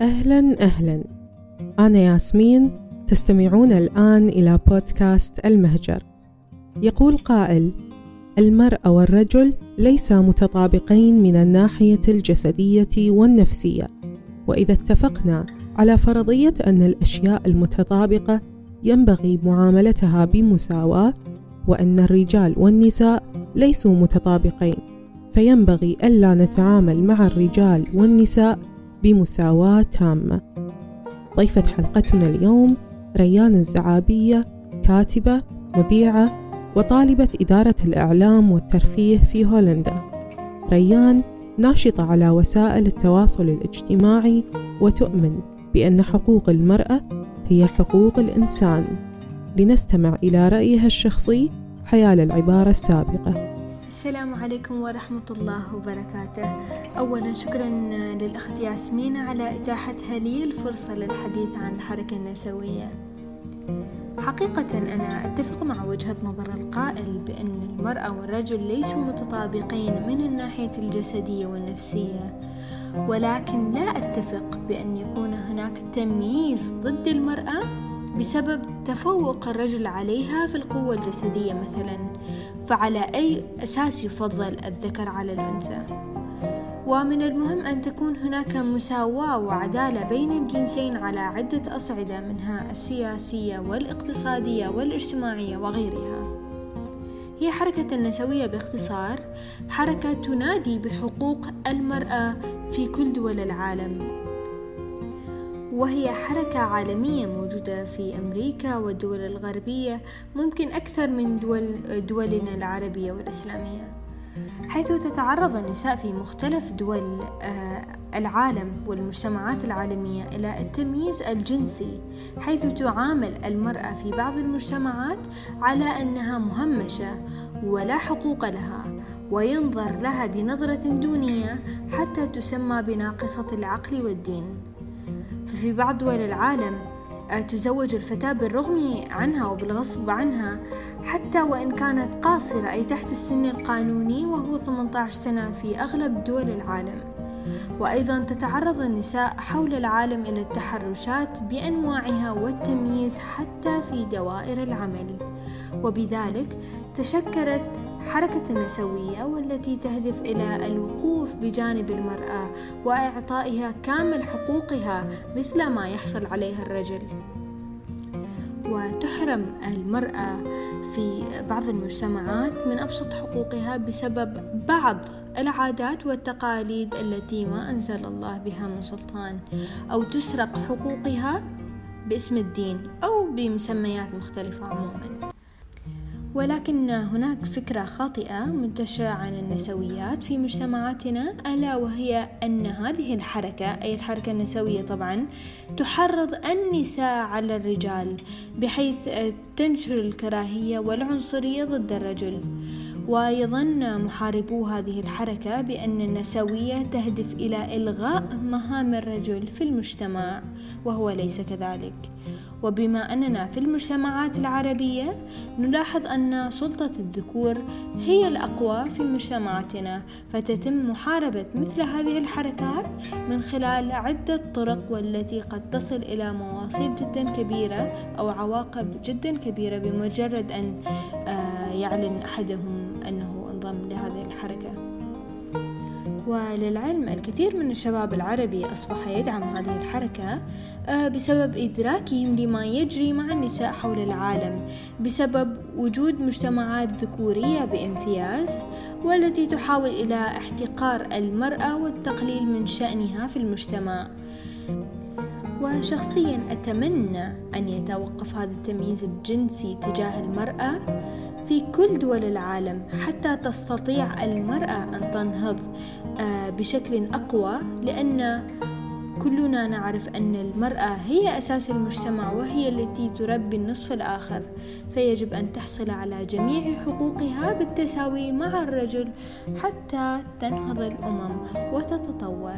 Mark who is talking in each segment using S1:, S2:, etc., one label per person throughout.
S1: أهلا، أنا ياسمين، تستمعون الآن إلى بودكاست المهجر. يقول قائل: المرأة والرجل ليسا متطابقين من الناحية الجسدية والنفسية، وإذا اتفقنا على فرضية أن الأشياء المتطابقة ينبغي معاملتها بمساواة، وأن الرجال والنساء ليسوا متطابقين، فينبغي ألا نتعامل مع الرجال والنساء بمساواة تامة. ضيفة حلقتنا اليوم ريان الزعابية، كاتبة، مذيعة، وطالبة إدارة الإعلام والترفيه في هولندا. ريان ناشطة على وسائل التواصل الاجتماعي، وتؤمن بأن حقوق المرأة هي حقوق الإنسان. لنستمع إلى رأيها الشخصي حيال العبارة السابقة.
S2: السلام عليكم ورحمة الله وبركاته. أولا شكرا للأخت ياسمين على إتاحتها لي الفرصة للحديث عن الحركة النسوية. حقيقة أنا أتفق مع وجهة نظر القائل بأن المرأة والرجل ليسوا متطابقين من الناحية الجسدية والنفسية، ولكن لا أتفق بأن يكون هناك تمييز ضد المرأة بسبب تفوق الرجل عليها في القوة الجسدية مثلا، فعلى أي أساس يفضل الذكر على الأنثى؟ ومن المهم أن تكون هناك مساواة وعدالة بين الجنسين على عدة أصعدة، منها السياسية والاقتصادية والاجتماعية وغيرها. هي حركة النسوية باختصار حركة تنادي بحقوق المرأة في كل دول العالم، وهي حركة عالمية موجودة في أمريكا والدول الغربية، ممكن أكثر من دولنا العربية والإسلامية، حيث تتعرض النساء في مختلف دول العالم والمجتمعات العالمية إلى التمييز الجنسي، حيث تعامل المرأة في بعض المجتمعات على أنها مهمشة ولا حقوق لها، وينظر لها بنظرة دونية حتى تسمى بناقصة العقل والدين. ففي بعض دول العالم تزوج الفتاة بالرغم عنها وبالغصب عنها، حتى وإن كانت قاصرة، أي تحت السن القانوني وهو 18 سنة في أغلب دول العالم. وأيضا تتعرض النساء حول العالم إلى التحرشات بأنواعها والتمييز حتى في دوائر العمل، وبذلك تشكلت حركة النسوية، والتي تهدف إلى الوقوف بجانب المرأة وإعطائها كامل حقوقها مثل ما يحصل عليها الرجل. وتحرم المرأة في بعض المجتمعات من أبسط حقوقها بسبب بعض العادات والتقاليد التي ما أنزل الله بها من سلطان، أو تسرق حقوقها باسم الدين أو بمسميات مختلفة عموما. ولكن هناك فكرة خاطئة منتشرة عن النسويات في مجتمعاتنا، ألا وهي أن هذه الحركة، أي الحركة النسوية طبعا، تحرض النساء على الرجال، بحيث تنشر الكراهية والعنصرية ضد الرجل. ويظن محاربو هذه الحركة بأن النسوية تهدف إلى إلغاء مهام الرجل في المجتمع، وهو ليس كذلك. وبما أننا في المجتمعات العربية نلاحظ أن سلطة الذكور هي الأقوى في مجتمعاتنا، فتتم محاربة مثل هذه الحركات من خلال عدة طرق، والتي قد تصل إلى مواصيل جدا كبيرة أو عواقب جدا كبيرة بمجرد أن يعلن أحدهم أنه انضم لهذه الحركة. وللعلم الكثير من الشباب العربي أصبح يدعم هذه الحركة بسبب إدراكهم لما يجري مع النساء حول العالم، بسبب وجود مجتمعات ذكورية بامتياز، والتي تحاول إلى احتقار المرأة والتقليل من شأنها في المجتمع. وشخصيا أتمنى أن يتوقف هذا التمييز الجنسي تجاه المرأة في كل دول العالم، حتى تستطيع المرأة أن تنهض بشكل أقوى، لأن كلنا نعرف أن المرأة هي أساس المجتمع، وهي التي تربي النصف الآخر، فيجب أن تحصل على جميع حقوقها بالتساوي مع الرجل حتى تنهض الأمم وتتطور.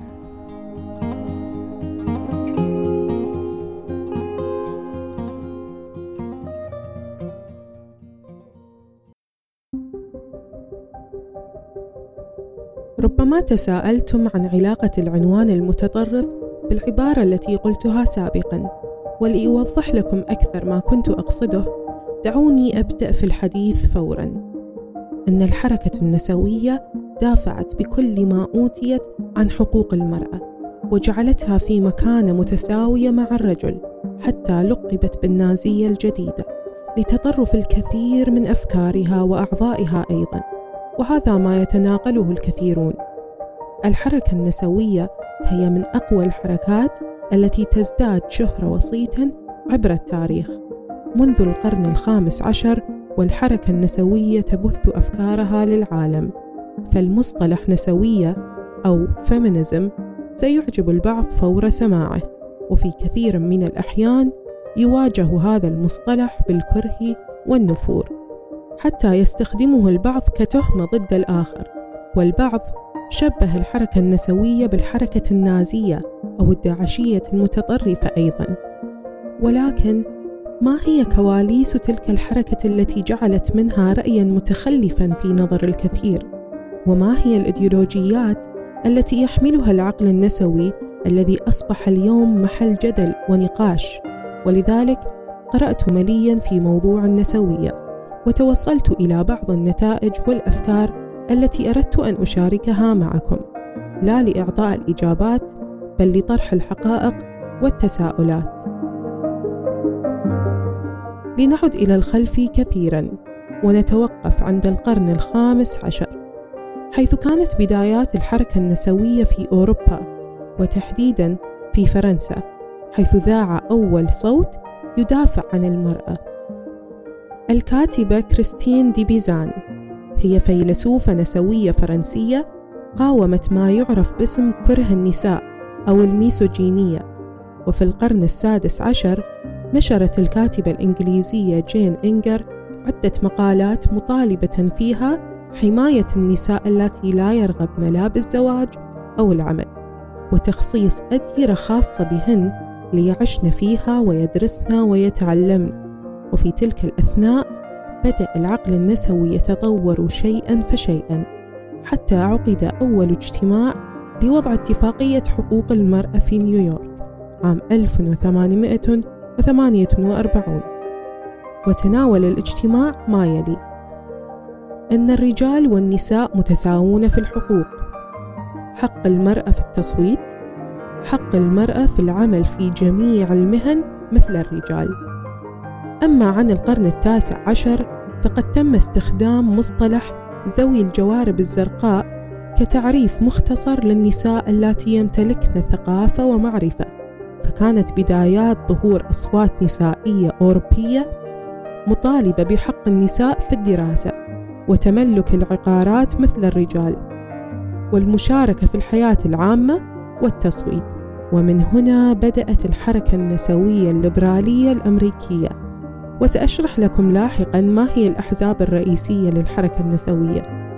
S1: ربما تساءلتم عن علاقة العنوان المتطرف بالعبارة التي قلتها سابقاً، ولأوضح لكم أكثر ما كنت أقصده، دعوني أبدأ في الحديث فوراً. أن الحركة النسوية دافعت بكل ما أوتيت عن حقوق المرأة، وجعلتها في مكانة متساوية مع الرجل، حتى لقبت بالنازية الجديدة لتطرف الكثير من أفكارها وأعضائها أيضاً، وهذا ما يتناقله الكثيرون. الحركة النسوية هي من أقوى الحركات التي تزداد شهرة وصيتاً عبر التاريخ منذ القرن ال15، والحركة النسوية تبث أفكارها للعالم. فالمصطلح نسوية أو فيمينيزم سيعجب البعض فور سماعه، وفي كثير من الأحيان يواجه هذا المصطلح بالكره والنفور، حتى يستخدمه البعض كتهمة ضد الآخر. والبعض شبه الحركة النسوية بالحركة النازية أو الداعشية المتطرفة أيضاً. ولكن ما هي كواليس تلك الحركة التي جعلت منها رأياً متخلفاً في نظر الكثير؟ وما هي الإيديولوجيات التي يحملها العقل النسوي الذي أصبح اليوم محل جدل ونقاش؟ ولذلك قرأت ملياً في موضوع النسوية، وتوصلت إلى بعض النتائج والأفكار التي أردت أن أشاركها معكم، لا لإعطاء الإجابات بل لطرح الحقائق والتساؤلات. لنعد إلى الخلف كثيراً ونتوقف عند القرن ال15، حيث كانت بدايات الحركة النسوية في أوروبا، وتحديداً في فرنسا، حيث ذاع أول صوت يدافع عن المرأة. الكاتبة كريستين دي بيزان هي فيلسوفة نسوية فرنسية قاومت ما يعرف باسم كره النساء أو الميسوجينية. وفي القرن ال16 نشرت الكاتبة الإنجليزية جين إنجر عدة مقالات مطالبة فيها حماية النساء التي لا يرغبن لا بالزواج أو العمل، وتخصيص أديرة خاصة بهن ليعشن فيها ويدرسن ويتعلمن. وفي تلك الأثناء بدأ العقل النسوي يتطور شيئاً فشيئاً، حتى عقد أول اجتماع لوضع اتفاقية حقوق المرأة في نيويورك عام 1848. وتناول الاجتماع ما يلي: أن الرجال والنساء متساوون في الحقوق، حق المرأة في التصويت، حق المرأة في العمل في جميع المهن مثل الرجال. أما عن القرن ال19 فقد تم استخدام مصطلح ذوي الجوارب الزرقاء كتعريف مختصر للنساء اللاتي يمتلكن ثقافة ومعرفة، فكانت بدايات ظهور أصوات نسائية أوروبية مطالبة بحق النساء في الدراسة وتملك العقارات مثل الرجال، والمشاركة في الحياة العامة والتصويت. ومن هنا بدأت الحركة النسوية الليبرالية الأمريكية، وسأشرح لكم لاحقاً ما هي الأحزاب الرئيسية للحركة النسوية.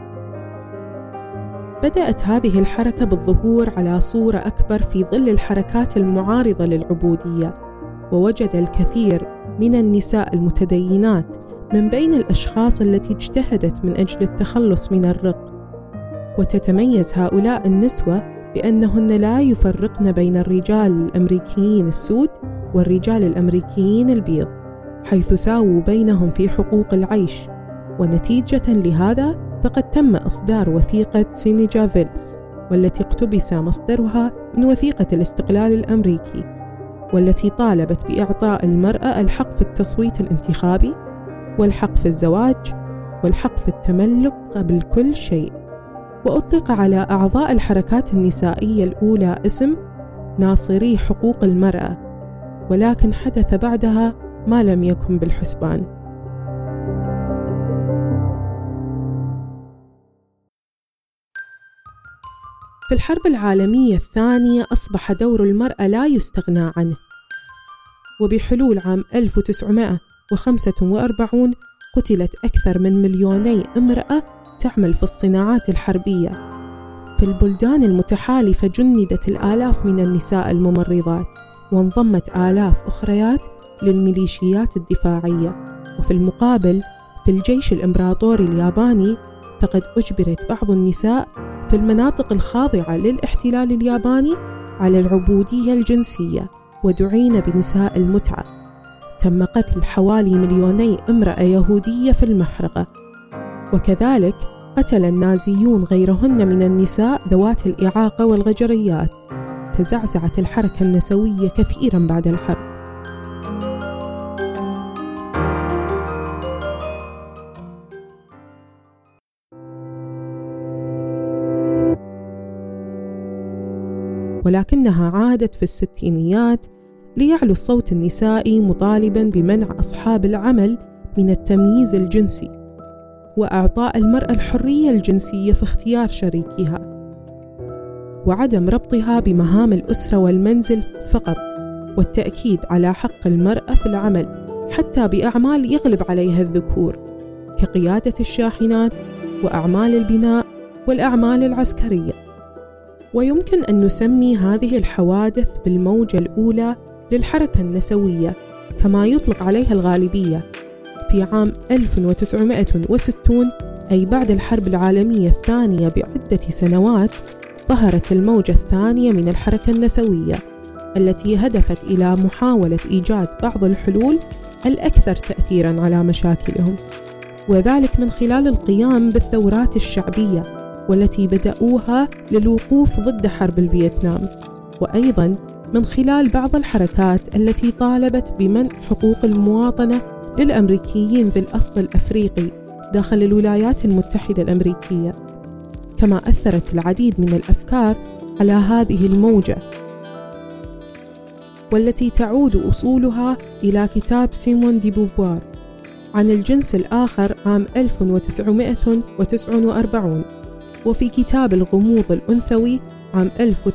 S1: بدأت هذه الحركة بالظهور على صورة أكبر في ظل الحركات المعارضة للعبودية، ووجد الكثير من النساء المتدينات من بين الأشخاص التي اجتهدت من أجل التخلص من الرق. وتتميز هؤلاء النسوة بأنهن لا يفرقن بين الرجال الأمريكيين السود والرجال الأمريكيين البيض، حيث ساووا بينهم في حقوق العيش. ونتيجة لهذا فقد تم إصدار وثيقة سينيجا فيلز، والتي اقتبس مصدرها من وثيقة الاستقلال الأمريكي، والتي طالبت بإعطاء المرأة الحق في التصويت الانتخابي، والحق في الزواج، والحق في التملك قبل كل شيء. وأطلق على أعضاء الحركات النسائية الأولى اسم ناصري حقوق المرأة، ولكن حدث بعدها ما لم يكن بالحسبان. في الحرب العالمية الثانية أصبح دور المرأة لا يستغنى عنه، وبحلول عام 1945 قتلت أكثر من 2,000,000 امرأة تعمل في الصناعات الحربية. في البلدان المتحالفة جندت الآلاف من النساء الممرضات، وانضمت آلاف أخريات للميليشيات الدفاعية. وفي المقابل في الجيش الإمبراطوري الياباني فقد أجبرت بعض النساء في المناطق الخاضعة للاحتلال الياباني على العبودية الجنسية ودعين بنساء المتعة. تم قتل حوالي 2,000,000 امرأة يهودية في المحرقة، وكذلك قتل النازيون غيرهن من النساء ذوات الإعاقة والغجريات. تزعزعت الحركة النسوية كثيرا بعد الحرب. ولكنها عادت في الستينيات ليعلو الصوت النسائي مطالباً بمنع أصحاب العمل من التمييز الجنسي، وإعطاء المرأة الحرية الجنسية في اختيار شريكها، وعدم ربطها بمهام الأسرة والمنزل فقط، والتأكيد على حق المرأة في العمل حتى بأعمال يغلب عليها الذكور كقيادة الشاحنات وأعمال البناء والأعمال العسكرية. ويمكن أن نسمي هذه الحوادث بالموجة الأولى للحركة النسوية كما يطلق عليها الغالبية. في عام 1960 أي بعد الحرب العالمية الثانية بعدة سنوات ظهرت الموجة الثانية من الحركة النسوية التي هدفت إلى محاولة إيجاد بعض الحلول الأكثر تأثيراً على مشاكلهم، وذلك من خلال القيام بالثورات الشعبية والتي بدأوها للوقوف ضد حرب الفيتنام، وأيضاً من خلال بعض الحركات التي طالبت بمنع حقوق المواطنة للأمريكيين ذي الأصل الأفريقي داخل الولايات المتحدة الأمريكية. كما أثرت العديد من الأفكار على هذه الموجة، والتي تعود أصولها إلى كتاب سيمون دي بوفوار عن الجنس الآخر عام 1949، وفي كتاب الغموض الأنثوي عام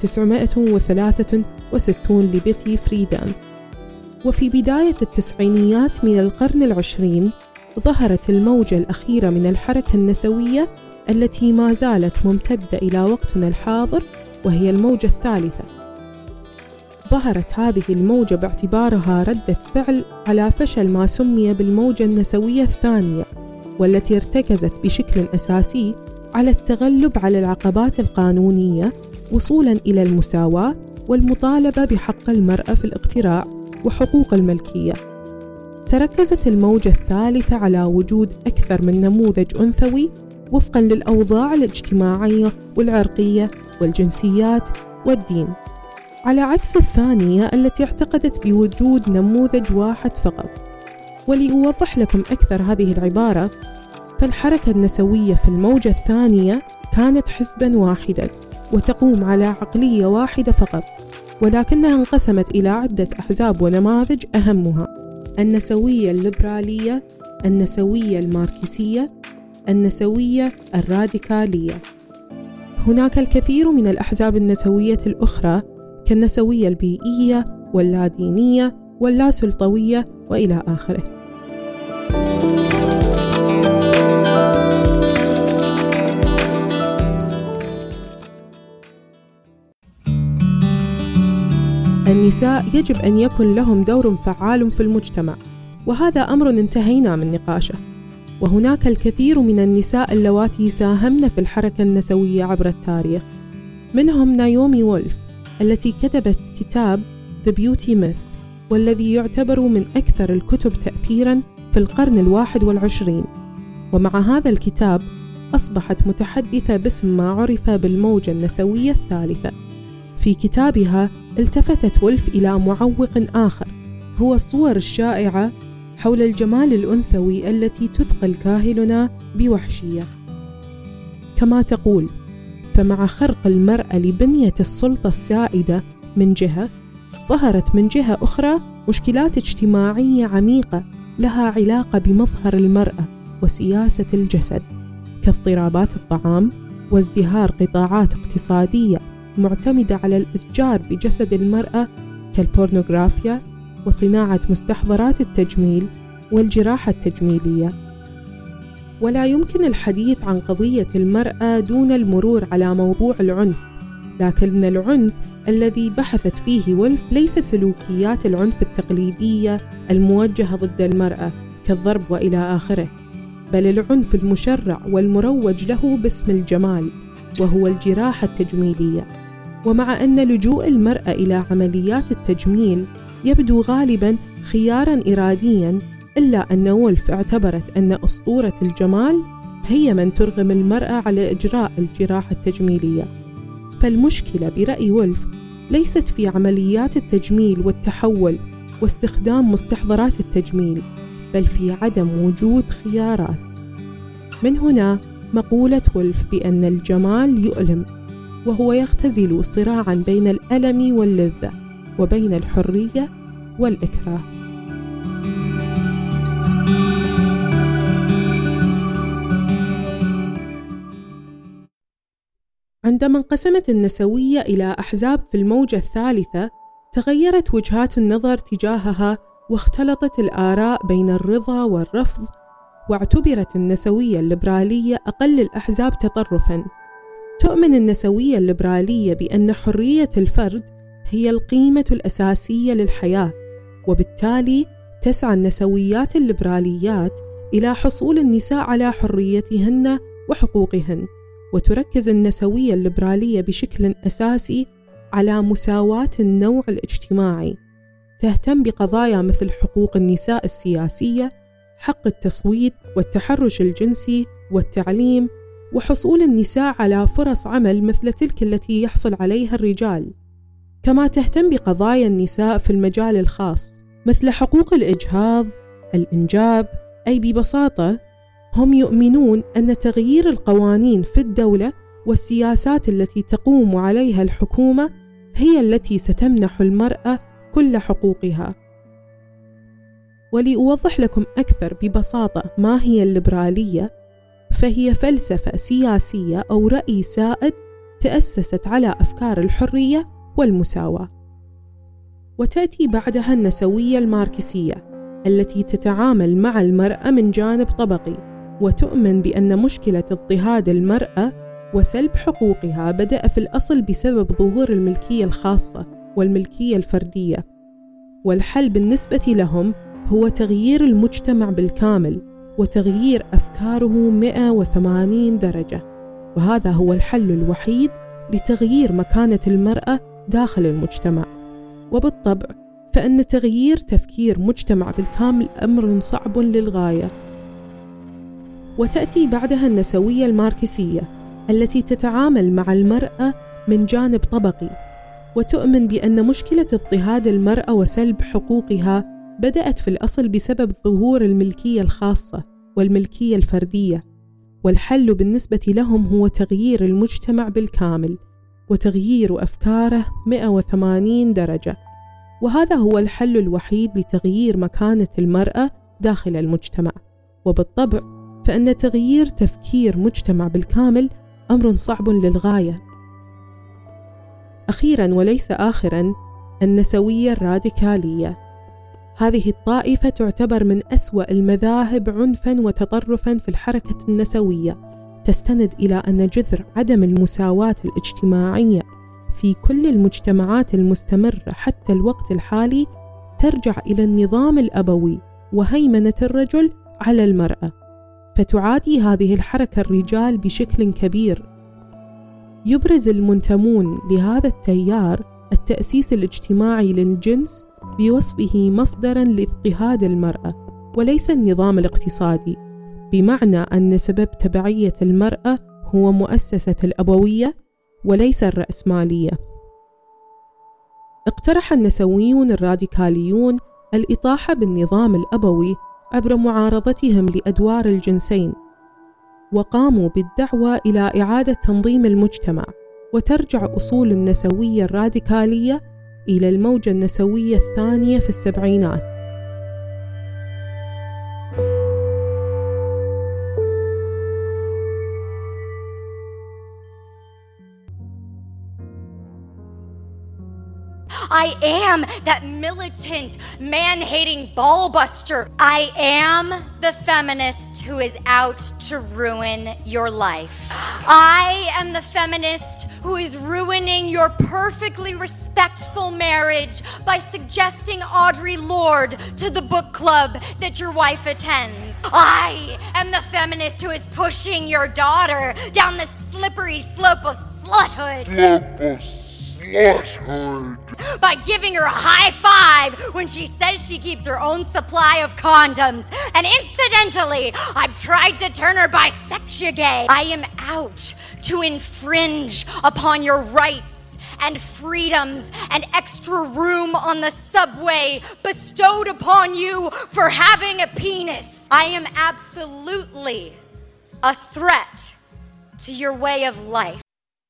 S1: 1963 لبيتي فريدان. وفي بداية التسعينيات من القرن العشرين ظهرت الموجة الأخيرة من الحركة النسوية التي ما زالت ممتدة إلى وقتنا الحاضر، وهي الموجة الثالثة. ظهرت هذه الموجة باعتبارها ردة فعل على فشل ما سمي بالموجة النسوية الثانية، والتي ارتكزت بشكل أساسي على التغلب على العقبات القانونية وصولاً إلى المساواة والمطالبة بحق المرأة في الاقتراع وحقوق الملكية. تركزت الموجة الثالثة على وجود أكثر من نموذج أنثوي وفقاً للأوضاع الاجتماعية والعرقية والجنسيات والدين، على عكس الثانية التي اعتقدت بوجود نموذج واحد فقط. ولأوضح لكم أكثر هذه العبارة، فالحركة النسوية في الموجة الثانية كانت حزباً واحداً وتقوم على عقلية واحدة فقط، ولكنها انقسمت إلى عدة أحزاب ونماذج، أهمها النسوية الليبرالية، النسوية الماركسية، النسوية الراديكالية. هناك الكثير من الأحزاب النسوية الأخرى كالنسوية البيئية واللادينية واللاسلطوية وإلى آخره. النساء يجب أن يكون لهم دور فعال في المجتمع، وهذا أمر انتهينا من نقاشه. وهناك الكثير من النساء اللواتي ساهمن في الحركة النسوية عبر التاريخ، منهم نايومي وولف التي كتبت كتاب The Beauty Myth، والذي يعتبر من أكثر الكتب تأثيراً في القرن 21. ومع هذا الكتاب أصبحت متحدثة باسم ما عرف بالموجة النسوية الثالثة. في كتابها التفتت وولف إلى معوق آخر، هو الصور الشائعة حول الجمال الأنثوي التي تثقل كاهلنا بوحشية. كما تقول: فمع خرق المرأة لبنية السلطة السائدة من جهة، ظهرت من جهة أخرى مشكلات اجتماعية عميقة لها علاقة بمظهر المرأة وسياسة الجسد، كاضطرابات الطعام وازدهار قطاعات اقتصادية معتمدة على الإتجار بجسد المرأة كالبورنوغرافيا وصناعة مستحضرات التجميل والجراحة التجميلية. ولا يمكن الحديث عن قضية المرأة دون المرور على موضوع العنف، لكن العنف الذي بحثت فيه وولف ليس سلوكيات العنف التقليدية الموجهة ضد المرأة كالضرب وإلى آخره، بل العنف المشرع والمروج له باسم الجمال، وهو الجراحة التجميلية. ومع أن لجوء المرأة إلى عمليات التجميل يبدو غالباً خياراً إرادياً، إلا أن وولف اعتبرت أن أسطورة الجمال هي من ترغم المرأة على إجراء الجراحة التجميلية. فالمشكلة برأي وولف ليست في عمليات التجميل والتحول واستخدام مستحضرات التجميل، بل في عدم وجود خيارات. من هنا مقولة وولف بأن الجمال يؤلم، وهو يختزل صراعاً بين الألم واللذة وبين الحرية والإكراه. عندما انقسمت النسوية إلى أحزاب في الموجة الثالثة، تغيرت وجهات النظر تجاهها واختلطت الآراء بين الرضا والرفض، واعتبرت النسوية الليبرالية أقل الأحزاب تطرفاً. تؤمن النسوية الليبرالية بأن حرية الفرد هي القيمة الأساسية للحياة، وبالتالي تسعى النسويات الليبراليات إلى حصول النساء على حريتهن وحقوقهن. وتركز النسوية الليبرالية بشكل أساسي على مساواة النوع الاجتماعي، تهتم بقضايا مثل حقوق النساء السياسية، حق التصويت والتحرش الجنسي والتعليم، وحصول النساء على فرص عمل مثل تلك التي يحصل عليها الرجال. كما تهتم بقضايا النساء في المجال الخاص مثل حقوق الإجهاض، الإنجاب. أي ببساطة هم يؤمنون أن تغيير القوانين في الدولة والسياسات التي تقوم عليها الحكومة هي التي ستمنح المرأة كل حقوقها. ولأوضح لكم أكثر ببساطة ما هي الليبرالية، فهي فلسفة سياسية أو رأي سائد تأسست على أفكار الحرية والمساواة. وتأتي بعدها النسوية الماركسية التي تتعامل مع المرأة من جانب طبقي، وتؤمن بأن مشكلة اضطهاد المرأة وسلب حقوقها بدأ في الأصل بسبب ظهور الملكية الخاصة والملكية الفردية، والحل بالنسبة لهم هو تغيير المجتمع بالكامل وتغيير أفكاره 180 درجة. وهذا هو الحل الوحيد لتغيير مكانة المرأة داخل المجتمع. وبالطبع فإن تغيير تفكير مجتمع بالكامل أمر صعب للغاية. وتأتي بعدها النسوية الماركسية التي تتعامل مع المرأة من جانب طبقي، وتؤمن بأن مشكلة اضطهاد المرأة وسلب حقوقها بدأت في الأصل بسبب ظهور الملكية الخاصة والملكية الفردية، والحل بالنسبة لهم هو تغيير المجتمع بالكامل وتغيير أفكاره 180 درجة. وهذا هو الحل الوحيد لتغيير مكانة المرأة داخل المجتمع. وبالطبع فإن تغيير تفكير مجتمع بالكامل أمر صعب للغاية. أخيراً وليس آخراً، النسوية الراديكالية. هذه الطائفة تعتبر من أسوأ المذاهب عنفاً وتطرفاً في الحركة النسوية، تستند إلى أن جذر عدم المساواة الاجتماعية في كل المجتمعات المستمرة حتى الوقت الحالي ترجع إلى النظام الأبوي وهيمنة الرجل على المرأة، فتعادي هذه الحركة الرجال بشكل كبير. يبرز المنتمون لهذا التيار التأسيس الاجتماعي للجنس بوصفه مصدراً لاضطهاد المرأة وليس النظام الاقتصادي، بمعنى أن سبب تبعية المرأة هو مؤسسة الأبوية وليس الرأسمالية. اقترح النسويون الراديكاليون الإطاحة بالنظام الأبوي عبر معارضتهم لأدوار الجنسين، وقاموا بالدعوة إلى إعادة تنظيم المجتمع. وترجع أصول النسوية الراديكالية إلى الموجة النسوية الثانية في السبعينات.
S3: I am that militant, man-hating ball-buster. I am the feminist who is out to ruin your life. I am the feminist who is ruining your perfectly respectful marriage by suggesting Audre Lorde to the book club that your wife attends. I am the feminist who is pushing your daughter down the slippery slope of sluthood. by giving her a high five when she says she keeps her own supply of condoms. And incidentally, I've tried to turn her bisexual gay. I am out to infringe upon your rights and freedoms and extra room on the subway bestowed upon you for having a penis. I am absolutely a threat to your way of life.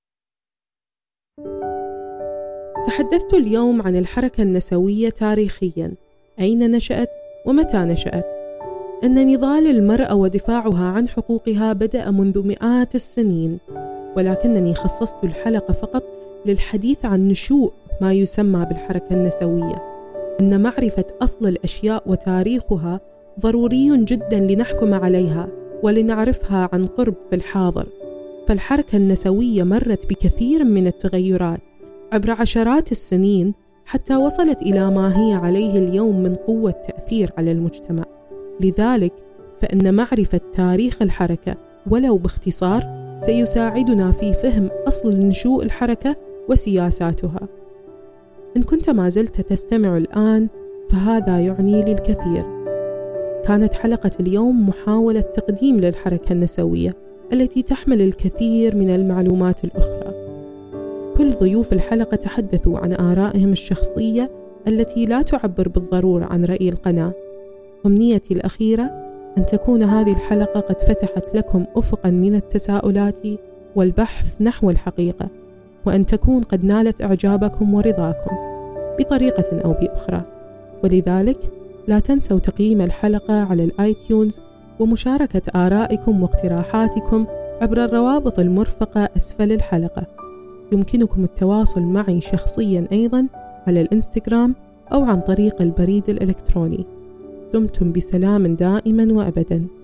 S1: تحدثت اليوم عن الحركة النسوية تاريخياً، أين نشأت ومتى نشأت؟ أن نضال المرأة ودفاعها عن حقوقها بدأ منذ مئات السنين، ولكنني خصصت الحلقة فقط للحديث عن نشوء ما يسمى بالحركة النسوية. أن معرفة أصل الأشياء وتاريخها ضروري جداً لنحكم عليها ولنعرفها عن قرب في الحاضر. فالحركة النسوية مرت بكثير من التغيرات عبر عشرات السنين حتى وصلت إلى ما هي عليه اليوم من قوة تأثير على المجتمع. لذلك فإن معرفة تاريخ الحركة ولو باختصار سيساعدنا في فهم أصل نشوء الحركة وسياساتها. إن كنت ما زلت تستمع الآن فهذا يعني للكثير. كانت حلقة اليوم محاولة تقديم للحركة النسوية التي تحمل الكثير من المعلومات الأخرى. كل ضيوف الحلقة تحدثوا عن آرائهم الشخصية التي لا تعبر بالضرورة عن رأي القناة. أمنيتي الأخيرة أن تكون هذه الحلقة قد فتحت لكم أفقاً من التساؤلات والبحث نحو الحقيقة، وأن تكون قد نالت إعجابكم ورضاكم بطريقة أو بأخرى. ولذلك لا تنسوا تقييم الحلقة على الآيتيونز ومشاركة آرائكم واقتراحاتكم عبر الروابط المرفقة أسفل الحلقة. يمكنكم التواصل معي شخصياً أيضاً على الإنستغرام أو عن طريق البريد الإلكتروني. دمتم بسلام دائماً وأبداً.